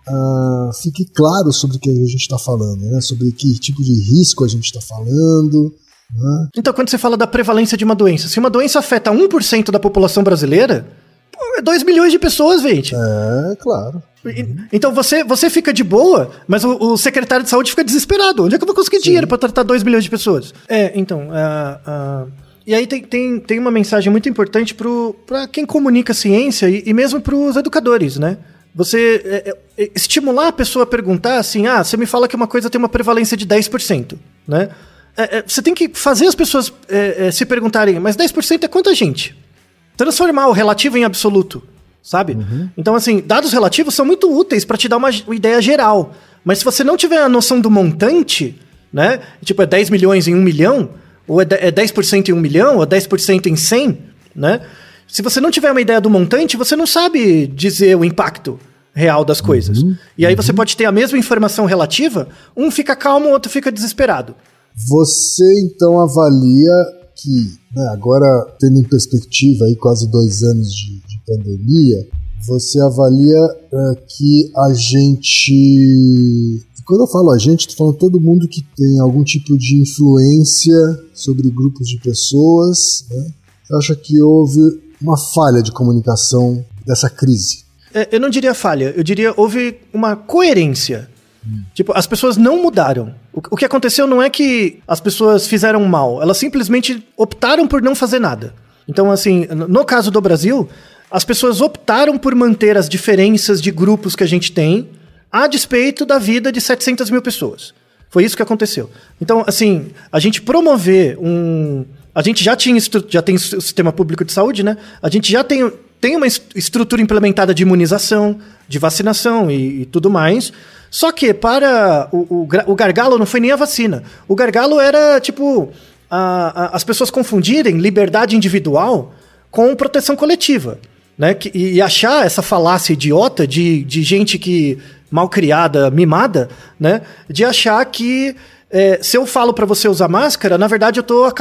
uh, fique claro sobre o que a gente está falando, né, sobre que tipo de risco a gente está falando. Né? Então, quando você fala da prevalência de uma doença, se uma doença afeta um por cento da população brasileira, pô, é dois milhões de pessoas, gente. É, claro. Então você, você fica de boa, mas o, o secretário de saúde fica desesperado. Onde é que eu vou conseguir Sim. dinheiro para tratar dois milhões de pessoas? É, então... Uh, uh, e aí tem, tem, tem uma mensagem muito importante para quem comunica ciência e, e mesmo para os educadores, né? Você é, é, estimular a pessoa a perguntar assim, ah, você me fala que uma coisa tem uma prevalência de dez por cento, né? É, é, você tem que fazer as pessoas é, é, se perguntarem, mas dez por cento é quanta gente? Transformar o relativo em absoluto. Sabe? Uhum. Então, assim, dados relativos são muito úteis para te dar uma, uma ideia geral. Mas se você não tiver a noção do montante, né? Tipo, é dez milhões em um milhão, ou é, é dez por cento em um milhão, ou dez por cento em cem, né? Se você não tiver uma ideia do montante, você não sabe dizer o impacto real das coisas. Uhum. E aí uhum. você pode ter a mesma informação relativa, um fica calmo, o outro fica desesperado. Você, então, avalia que, né, agora, tendo em perspectiva aí quase dois anos de pandemia, você avalia uh, que a gente Quando eu falo a gente, tô falando todo mundo que tem algum tipo de influência sobre grupos de pessoas, né? Você acha que houve uma falha de comunicação dessa crise? É, eu não diria falha, eu diria houve uma coerência. Hum. Tipo, as pessoas não mudaram. O, o que aconteceu não é que as pessoas fizeram mal, elas simplesmente optaram por não fazer nada. Então, assim, no caso do Brasil, as pessoas optaram por manter as diferenças de grupos que a gente tem a despeito da vida de setecentas mil pessoas. Foi isso que aconteceu. Então, assim, a gente promover um... A gente já tinha estru... já tem o sistema público de saúde, né? A gente já tem, tem uma estrutura implementada de imunização, de vacinação e, e tudo mais. Só que para o, o, o gargalo não foi nem a vacina. O gargalo era, tipo, a, a, as pessoas confundirem liberdade individual com proteção coletiva, né? Que, e achar essa falácia idiota de, de gente que... mal criada, mimada, né? De achar que é, se eu falo para você usar máscara, na verdade eu tô é,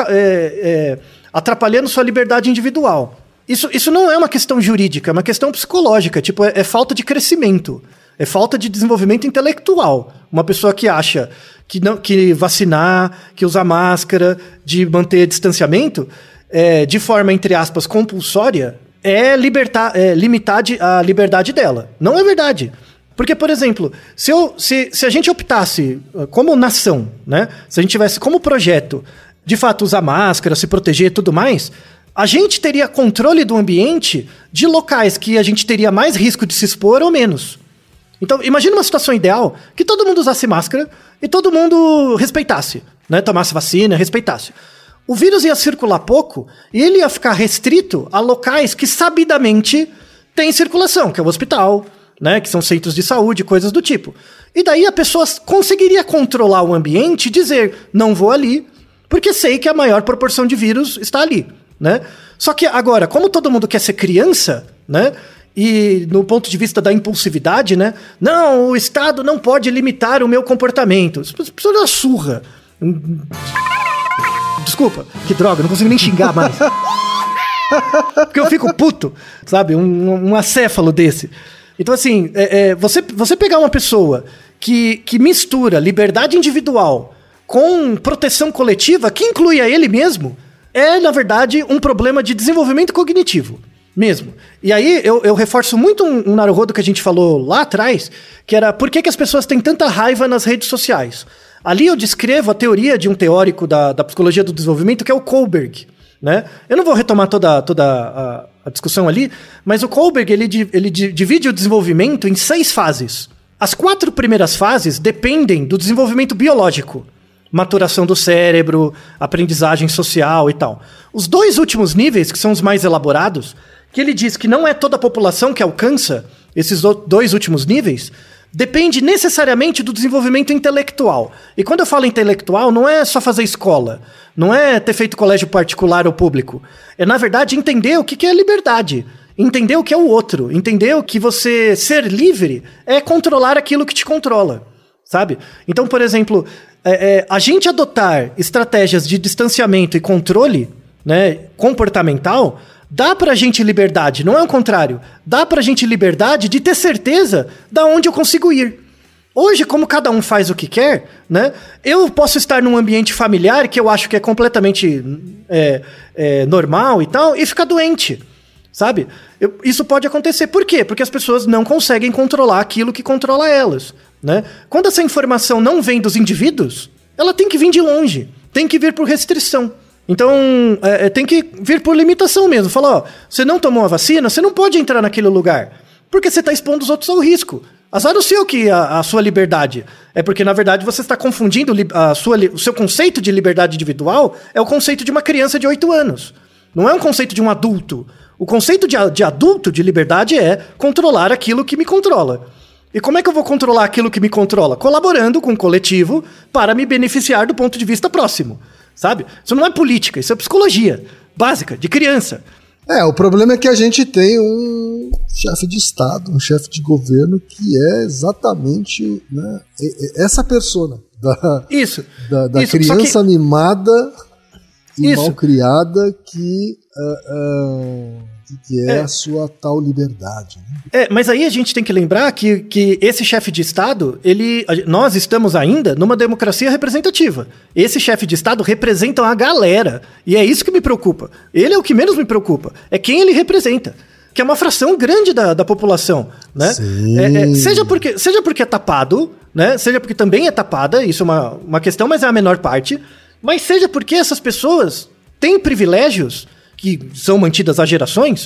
é, atrapalhando sua liberdade individual. Isso, isso não é uma questão jurídica, é uma questão psicológica. Tipo, é, é falta de crescimento, é falta de desenvolvimento intelectual. Uma pessoa que acha que, não, que vacinar, que usar máscara, de manter distanciamento, é, de forma, entre aspas, compulsória, é, libertar, é limitar a liberdade dela. Não é verdade. Porque, por exemplo, se, eu, se, se a gente optasse como nação, né? Se a gente tivesse como projeto, de fato, usar máscara, se proteger e tudo mais, a gente teria controle do ambiente de locais que a gente teria mais risco de se expor ou menos. Então, imagina uma situação ideal que todo mundo usasse máscara e todo mundo respeitasse, né? Tomasse vacina, respeitasse. O vírus ia circular pouco e ele ia ficar restrito a locais que sabidamente têm circulação, que é o hospital, né, que são centros de saúde, coisas do tipo. E daí a pessoa conseguiria controlar o ambiente e dizer, não vou ali, porque sei que a maior proporção de vírus está ali, né? Só que agora, como todo mundo quer ser criança, né, e no ponto de vista da impulsividade, né, não, o Estado não pode limitar o meu comportamento. Isso é uma surra. Desculpa, que droga, não consigo nem xingar mais. Porque eu fico puto, sabe, um, um acéfalo desse. Então, assim, é, é, você, você pegar uma pessoa que, que mistura liberdade individual com proteção coletiva, que inclui a ele mesmo, é, na verdade, um problema de desenvolvimento cognitivo, mesmo. E aí, eu, eu reforço muito um, um naruhodo que a gente falou lá atrás, que era por que, que as pessoas têm tanta raiva nas redes sociais. Ali eu descrevo a teoria de um teórico da, da psicologia do desenvolvimento, que é o Kohlberg, né? Eu não vou retomar toda, toda a, a discussão ali, mas o Kohlberg ele, ele divide o desenvolvimento em seis fases. As quatro primeiras fases dependem do desenvolvimento biológico. Maturação do cérebro, aprendizagem social e tal. Os dois últimos níveis, que são os mais elaborados, que ele diz que não é toda a população que alcança esses dois últimos níveis, depende necessariamente do desenvolvimento intelectual. E quando eu falo intelectual, não é só fazer escola, não é ter feito colégio particular ou público. É, na verdade, entender o que é liberdade, entender o que é o outro, entender que você ser livre é controlar aquilo que te controla, sabe? Então, por exemplo, é, é, a gente adotar estratégias de distanciamento e controle, né, comportamental, dá pra gente liberdade, não é o contrário. Dá pra gente liberdade de ter certeza da onde eu consigo ir. Hoje, como cada um faz o que quer, né? Eu posso estar num ambiente familiar que eu acho que é completamente é, é, normal e tal, e ficar doente, sabe? Eu, isso pode acontecer. Por quê? Porque as pessoas não conseguem controlar aquilo que controla elas, né? Quando essa informação não vem dos indivíduos, ela tem que vir de longe, tem que vir por restrição. Então, é, tem que vir por limitação mesmo. Falar, ó, você não tomou a vacina, você não pode entrar naquele lugar, porque você está expondo os outros ao risco. Azar o seu que a, a sua liberdade. É porque, na verdade, você está confundindo a sua, o seu conceito de liberdade individual é o conceito de uma criança de oito anos. Não é um conceito de um adulto. O conceito de, de adulto, de liberdade, é controlar aquilo que me controla. E como é que eu vou controlar aquilo que me controla? Colaborando com o coletivo para me beneficiar do ponto de vista próximo. Sabe? Isso não é política, isso é psicologia básica, de criança. É, o problema é que a gente tem um chefe de Estado, um chefe de governo que é exatamente, né, essa persona da, isso, da, da isso, criança que... mimada e isso. mal criada que, uh, uh, que é, é a sua tal liberdade. Né? É, mas aí a gente tem que lembrar que, que esse chefe de Estado, ele, nós estamos ainda numa democracia representativa. Esse chefe de Estado representa a galera. E é isso que me preocupa. Ele é o que menos me preocupa. É quem ele representa. Que é uma fração grande da, da população, né? É, é, seja, porque, seja porque é tapado, né? Seja porque também é tapada, isso é uma, uma questão, mas é a menor parte. Mas seja porque essas pessoas têm privilégios que são mantidas há gerações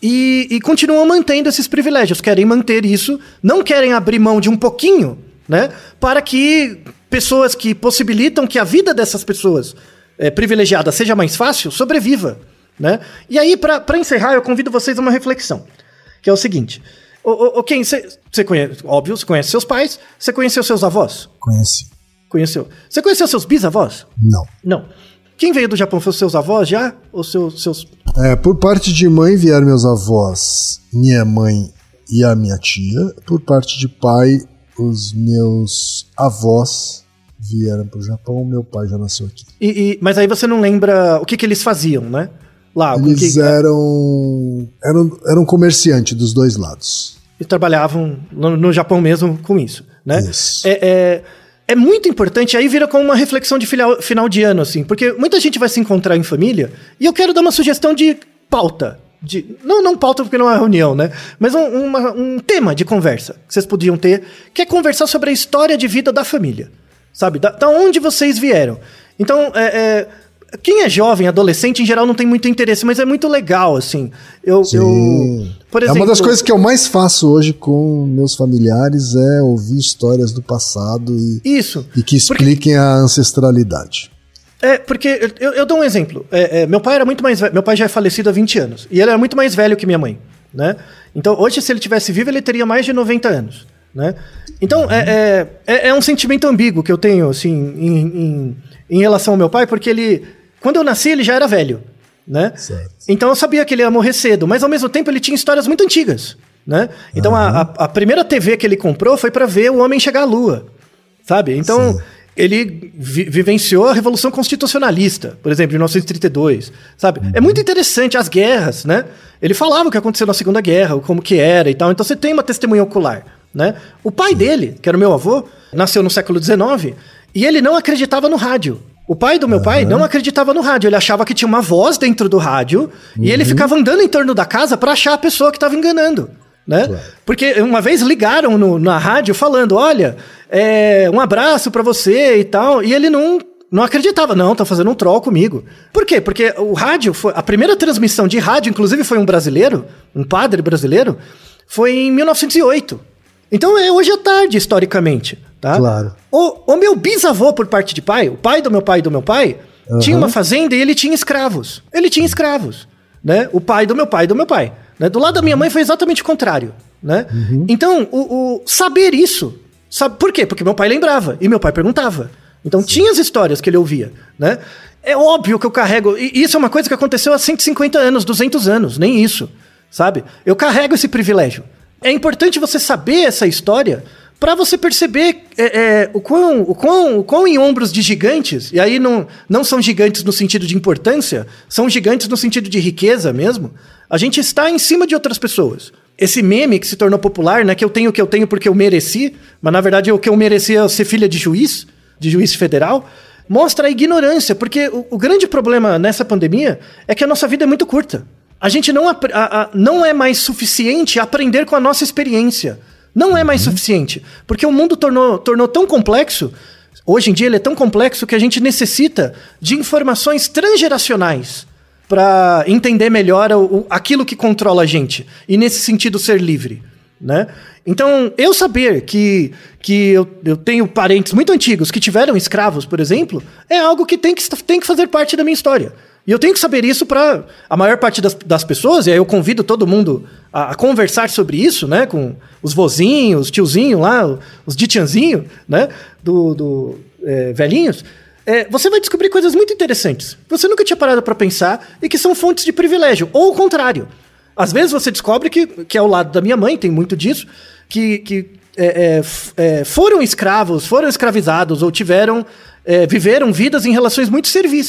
e, e continuam mantendo esses privilégios, querem manter isso, não querem abrir mão de um pouquinho, né? Para que pessoas que possibilitam que a vida dessas pessoas é, privilegiadas seja mais fácil, sobreviva. Né? E aí, para encerrar, eu convido vocês a uma reflexão, que é o seguinte. O, o, quem você conhece, óbvio, você conhece seus pais, você conheceu seus avós? Conheci. Conheceu. Você conheceu seus bisavós? Não. Não. Quem veio do Japão foi os seus avós já? Ou seus... seus... É, por parte de mãe vieram meus avós, minha mãe e a minha tia. Por parte de pai, os meus avós vieram para o Japão, meu pai já nasceu aqui. E, e, mas aí você não lembra o que, que eles faziam, né? Lá, eles que... eram, eram eram comerciantes dos dois lados. E trabalhavam no, no Japão mesmo com isso, né? Isso. É, é, é muito importante, aí vira como uma reflexão de final, final de ano, assim, porque muita gente vai se encontrar em família, e eu quero dar uma sugestão de pauta. De, não, não pauta porque não é reunião, né? Mas um, uma, um tema de conversa que vocês podiam ter, que é conversar sobre a história de vida da família. Sabe? Da, da onde vocês vieram. Então, é... é quem é jovem, adolescente, em geral não tem muito interesse, mas é muito legal, assim. Eu, eu, por exemplo, é uma das coisas que eu mais faço hoje com meus familiares é ouvir histórias do passado e, isso, e que expliquem porque, a ancestralidade. É, porque eu, eu dou um exemplo. É, é, meu pai era muito mais velho, meu pai já é falecido há vinte anos, e ele era muito mais velho que minha mãe, né? Então, hoje, se ele tivesse vivo, ele teria mais de noventa anos, né? Então, uhum. é, é, é um sentimento ambíguo que eu tenho, assim, em, em, em relação ao meu pai, porque ele... Quando eu nasci, ele já era velho, né? Certo. Então eu sabia que ele ia morrer cedo, mas ao mesmo tempo ele tinha histórias muito antigas, né? Então uhum. a, a primeira T V que ele comprou foi para ver o homem chegar à Lua, sabe? Então sim. ele vi, vivenciou a Revolução Constitucionalista, por exemplo, em mil novecentos e trinta e dois, sabe? Uhum. É muito interessante as guerras, né? Ele falava o que aconteceu na Segunda Guerra, como que era e tal, então você tem uma testemunha ocular, né? O pai sim. dele, que era o meu avô, nasceu no século dezenove e ele não acreditava no rádio. O pai do meu uhum. pai não acreditava no rádio, ele achava que tinha uma voz dentro do rádio uhum. e ele ficava andando em torno da casa para achar a pessoa que estava enganando, né? Claro. Porque uma vez ligaram no, na rádio falando, olha, é, um abraço para você e tal, e ele não, não acreditava, não, tá fazendo um troll comigo. Por quê? Porque o rádio, foi, a primeira transmissão de rádio, inclusive foi um brasileiro, um padre brasileiro, foi em mil novecentos e oito. Então é hoje à tarde, historicamente, tá? Claro. O, o meu bisavô, por parte de pai, o pai do meu pai e do meu pai, uhum. tinha uma fazenda e ele tinha escravos. Ele tinha escravos, né? O pai do meu pai e do meu pai. Né? Do lado da minha mãe foi exatamente o contrário, né? Uhum. Então, o, o saber isso... Sabe, por quê? Porque meu pai lembrava e meu pai perguntava. Então, sim. tinha as histórias que ele ouvia, né? É óbvio que eu carrego... E isso é uma coisa que aconteceu há cento e cinquenta anos, duzentos anos, nem isso, sabe? Eu carrego esse privilégio. É importante você saber essa história para você perceber é, é, o, quão, o, quão, o quão em ombros de gigantes, e aí não, não são gigantes no sentido de importância, são gigantes no sentido de riqueza mesmo, a gente está em cima de outras pessoas. Esse meme que se tornou popular, né, que eu tenho o que eu tenho porque eu mereci, mas na verdade o que eu merecia é ser filha de juiz, de juiz federal, mostra a ignorância, porque o, o grande problema nessa pandemia é que a nossa vida é muito curta. A gente não, a, a, não é mais suficiente aprender com a nossa experiência. Não é mais uhum. suficiente. Porque o mundo tornou, tornou tão complexo, hoje em dia ele é tão complexo que a gente necessita de informações transgeracionais para entender melhor o, o, aquilo que controla a gente. E nesse sentido ser livre. Né? Então, eu saber que, que eu, eu tenho parentes muito antigos que tiveram escravos, por exemplo, é algo que tem que, tem que fazer parte da minha história. E eu tenho que saber isso para a maior parte das, das pessoas, e aí eu convido todo mundo a, a conversar sobre isso, né? Com os vozinhos, os tiozinhos lá, os ditianzinhos, né? Do, do é, velhinhos. É, você vai descobrir coisas muito interessantes. Você nunca tinha parado para pensar e que são fontes de privilégio. Ou o contrário. Às vezes você descobre que, que é o lado da minha mãe, tem muito disso, que, que é, é, foram escravos, foram escravizados ou tiveram, é, viveram vidas em relações muito serviço.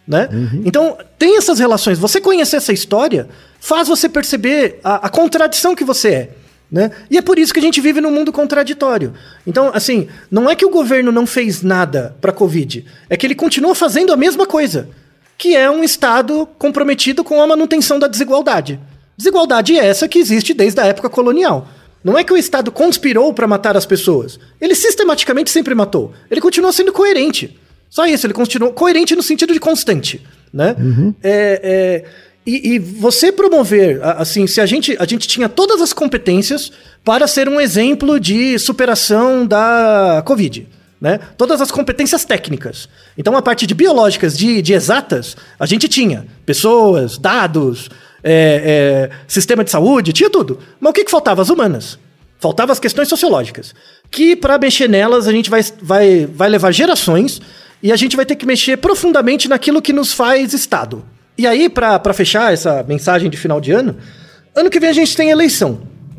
né? Uhum. Então, tem essas relações. Você conhecer essa história faz você perceber a, a contradição que você é, né? E é por isso que a gente vive num mundo contraditório. Então, assim, não é que o governo não fez nada para a Covid, é que ele continua fazendo a mesma coisa, que é um Estado comprometido com a manutenção da desigualdade. Desigualdade essa que existe desde a época colonial. Não é que o Estado conspirou para matar as pessoas. Ele sistematicamente sempre matou. Ele continua sendo coerente. Só isso, ele continua coerente no sentido de constante, né? Uhum. É, é, e, e você promover, assim, se a gente, a gente tinha todas as competências para ser um exemplo de superação da Covid, né? Todas as competências técnicas. Então, a parte de biológicas, de, de exatas, a gente tinha pessoas, dados, é, é, sistema de saúde, tinha tudo. Mas o que, que faltava? As humanas. Faltavam as questões sociológicas. Que, para mexer nelas, a gente vai, vai, vai levar gerações. E a gente vai ter que mexer profundamente naquilo que nos faz Estado. E aí, para fechar essa mensagem de final de ano, ano que vem a gente tem eleição.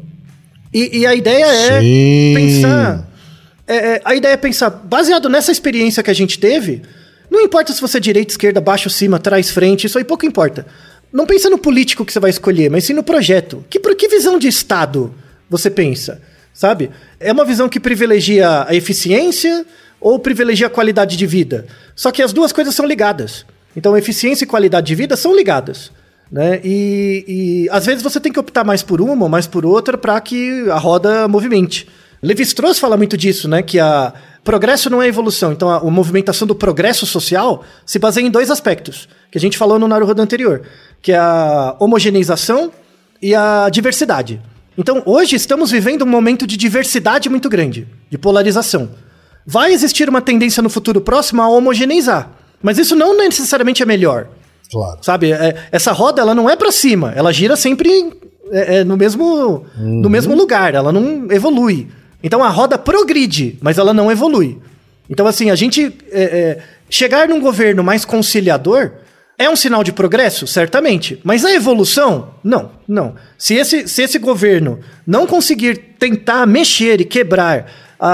E, e a ideia é Sim. pensar... É, é, a ideia é pensar, baseado nessa experiência que a gente teve, não importa se você é direita, esquerda, baixo, cima, trás, frente, isso aí pouco importa. Não pensa no político que você vai escolher, mas sim no projeto. Que, que visão de Estado você pensa, sabe? É uma visão que privilegia a eficiência... ou privilegia a qualidade de vida. Só que as duas coisas são ligadas. Então, eficiência e qualidade de vida são ligadas, né? E, e às vezes você tem que optar mais por uma ou mais por outra para que a roda movimente. Lévi-Strauss fala muito disso, né? Que a progresso não é evolução. Então, a, a movimentação do progresso social se baseia em dois aspectos, que a gente falou no Naruhodo anterior, que é a homogeneização e a diversidade. Então, hoje estamos vivendo um momento de diversidade muito grande, de polarização. Vai existir uma tendência no futuro próximo a homogeneizar. Mas isso não necessariamente é melhor. Claro. Sabe? É, essa roda, ela não é pra cima. Ela gira sempre é, é, no, mesmo, uhum. no mesmo lugar. Ela não evolui. Então a roda progride, mas ela não evolui. Então, assim, a gente é, é, chegar num governo mais conciliador é um sinal de progresso? Certamente. Mas a evolução? Não, não. Se esse, se esse governo não conseguir tentar mexer e quebrar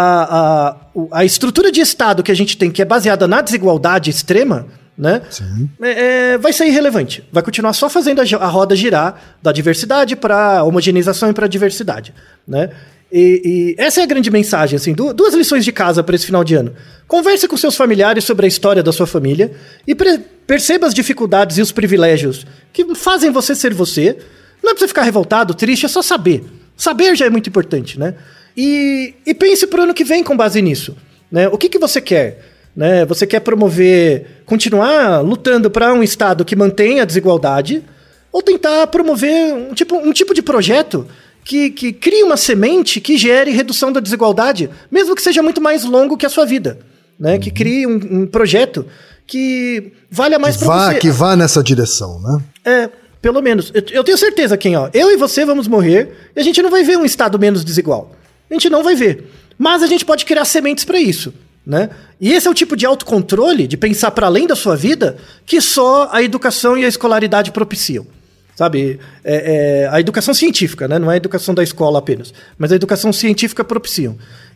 A, a, a estrutura de Estado que a gente tem, que é baseada na desigualdade extrema, né? É, é, vai ser irrelevante. Vai continuar só fazendo a, a roda girar da diversidade para homogeneização e para diversidade, né? E, e essa é a grande mensagem, assim, du- duas lições de casa para esse final de ano. Converse com seus familiares sobre a história da sua família e pre- perceba as dificuldades e os privilégios que fazem você ser você. Não é para você ficar revoltado, triste, é só saber. Saber já é muito importante, né? E, e pense pro ano que vem com base nisso, né? O que, que você quer? Né? Você quer promover, continuar lutando para um Estado que mantenha a desigualdade ou tentar promover um tipo, um tipo de projeto que, que crie uma semente que gere redução da desigualdade, mesmo que seja muito mais longo que a sua vida, né? Uhum. Que crie um, um projeto que valha mais para você. Que vá nessa direção, né? É, pelo menos. Eu, eu tenho certeza que ó, eu e você vamos morrer e a gente não vai ver um Estado menos desigual. A gente não vai ver. Mas a gente pode criar sementes para isso, né? E esse é o tipo de autocontrole, de pensar para além da sua vida, que só a educação e a escolaridade propiciam. Sabe? É, é, a educação científica, né? Não é a educação da escola apenas, mas a educação científica propiciam.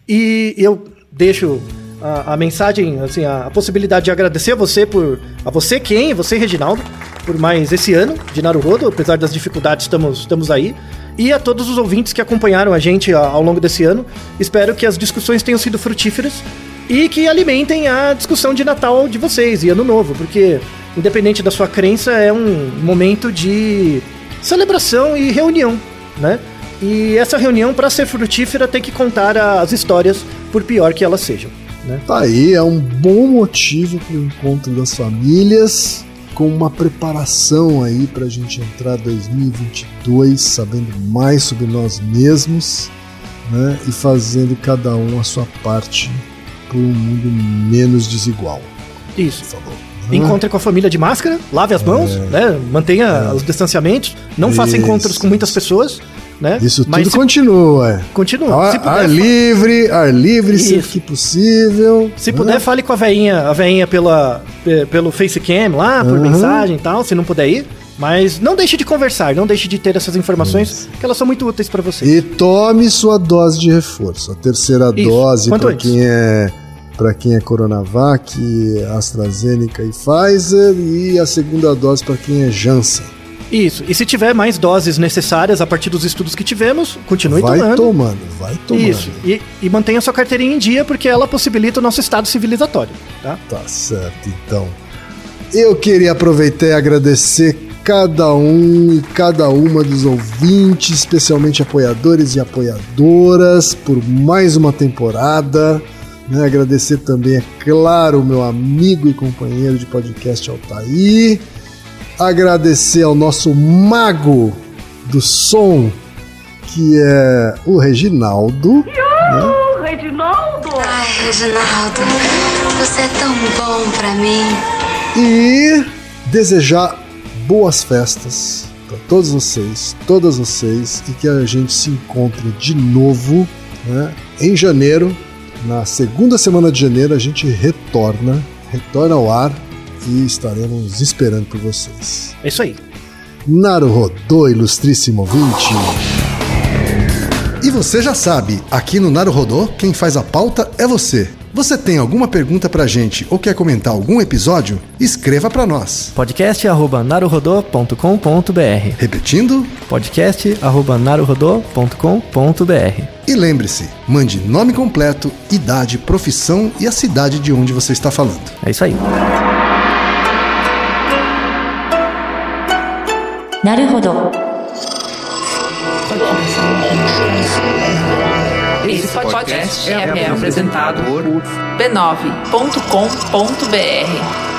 E eu deixo a, a mensagem, assim, a, a possibilidade de agradecer a você por... A você, Ken, você, Reginaldo, por mais esse ano de Naruhodo. Apesar das dificuldades, estamos, estamos aí. E a todos os ouvintes que acompanharam a gente ao longo desse ano. Espero que as discussões tenham sido frutíferas e que alimentem a discussão de Natal de vocês e Ano Novo, porque, independente da sua crença, é um momento de celebração e reunião, né? E essa reunião, para ser frutífera, tem que contar as histórias, por pior que elas sejam, né? Tá aí, é um bom motivo para o encontro das famílias, com uma preparação aí pra gente entrar dois mil e vinte e dois sabendo mais sobre nós mesmos, né, e fazendo cada um a sua parte por um mundo menos desigual. Isso. Falou. Encontre com a família de máscara, lave as mãos, é. né, mantenha é. os distanciamentos, não Isso. faça encontros com muitas pessoas, né? Isso tudo mas se... continua. Continua. Ar, se puder, ar livre, ar livre, se que possível. Se né? puder, fale com a veinha, a veinha pela, pelo Facecam lá, por uhum. mensagem e tal, se não puder ir. Mas não deixe de conversar, não deixe de ter essas informações, Isso. que elas são muito úteis para você. E tome sua dose de reforço. A terceira Isso. dose para quem é para quem é Coronavac, AstraZeneca e Pfizer, e a segunda dose para quem é Janssen. Isso, e se tiver mais doses necessárias a partir dos estudos que tivemos, continue vai tomando. Vai tomando, vai tomando. Isso, e, e mantenha sua carteirinha em dia, porque ela possibilita o nosso estado civilizatório, tá? Tá certo, então. Eu queria aproveitar e agradecer cada um e cada uma dos ouvintes, especialmente apoiadores e apoiadoras, por mais uma temporada. Né? Agradecer também, é claro, o meu amigo e companheiro de podcast Altair. Agradecer ao nosso mago do som, que é o Reginaldo. Né? Reginaldo! Ai, Reginaldo, você é tão bom pra mim. E desejar boas festas para todos vocês, todas vocês, e que a gente se encontre de novo, né, em janeiro. Na segunda semana de janeiro a gente retorna, retorna ao ar e estaremos esperando por vocês. É isso aí. Naruhodô, ilustríssimo ouvinte. E você já sabe, aqui no Naruhodô, quem faz a pauta é você. Você tem alguma pergunta pra gente ou quer comentar algum episódio? Escreva pra nós. podcast arroba naruhodô ponto com ponto b r. Repetindo? podcast arroba naruhodô ponto com ponto b r. E lembre-se, mande nome completo, idade, profissão e a cidade de onde você está falando. É isso aí. Naruhodô. Esse podcast é apresentado por b nove ponto com ponto b r.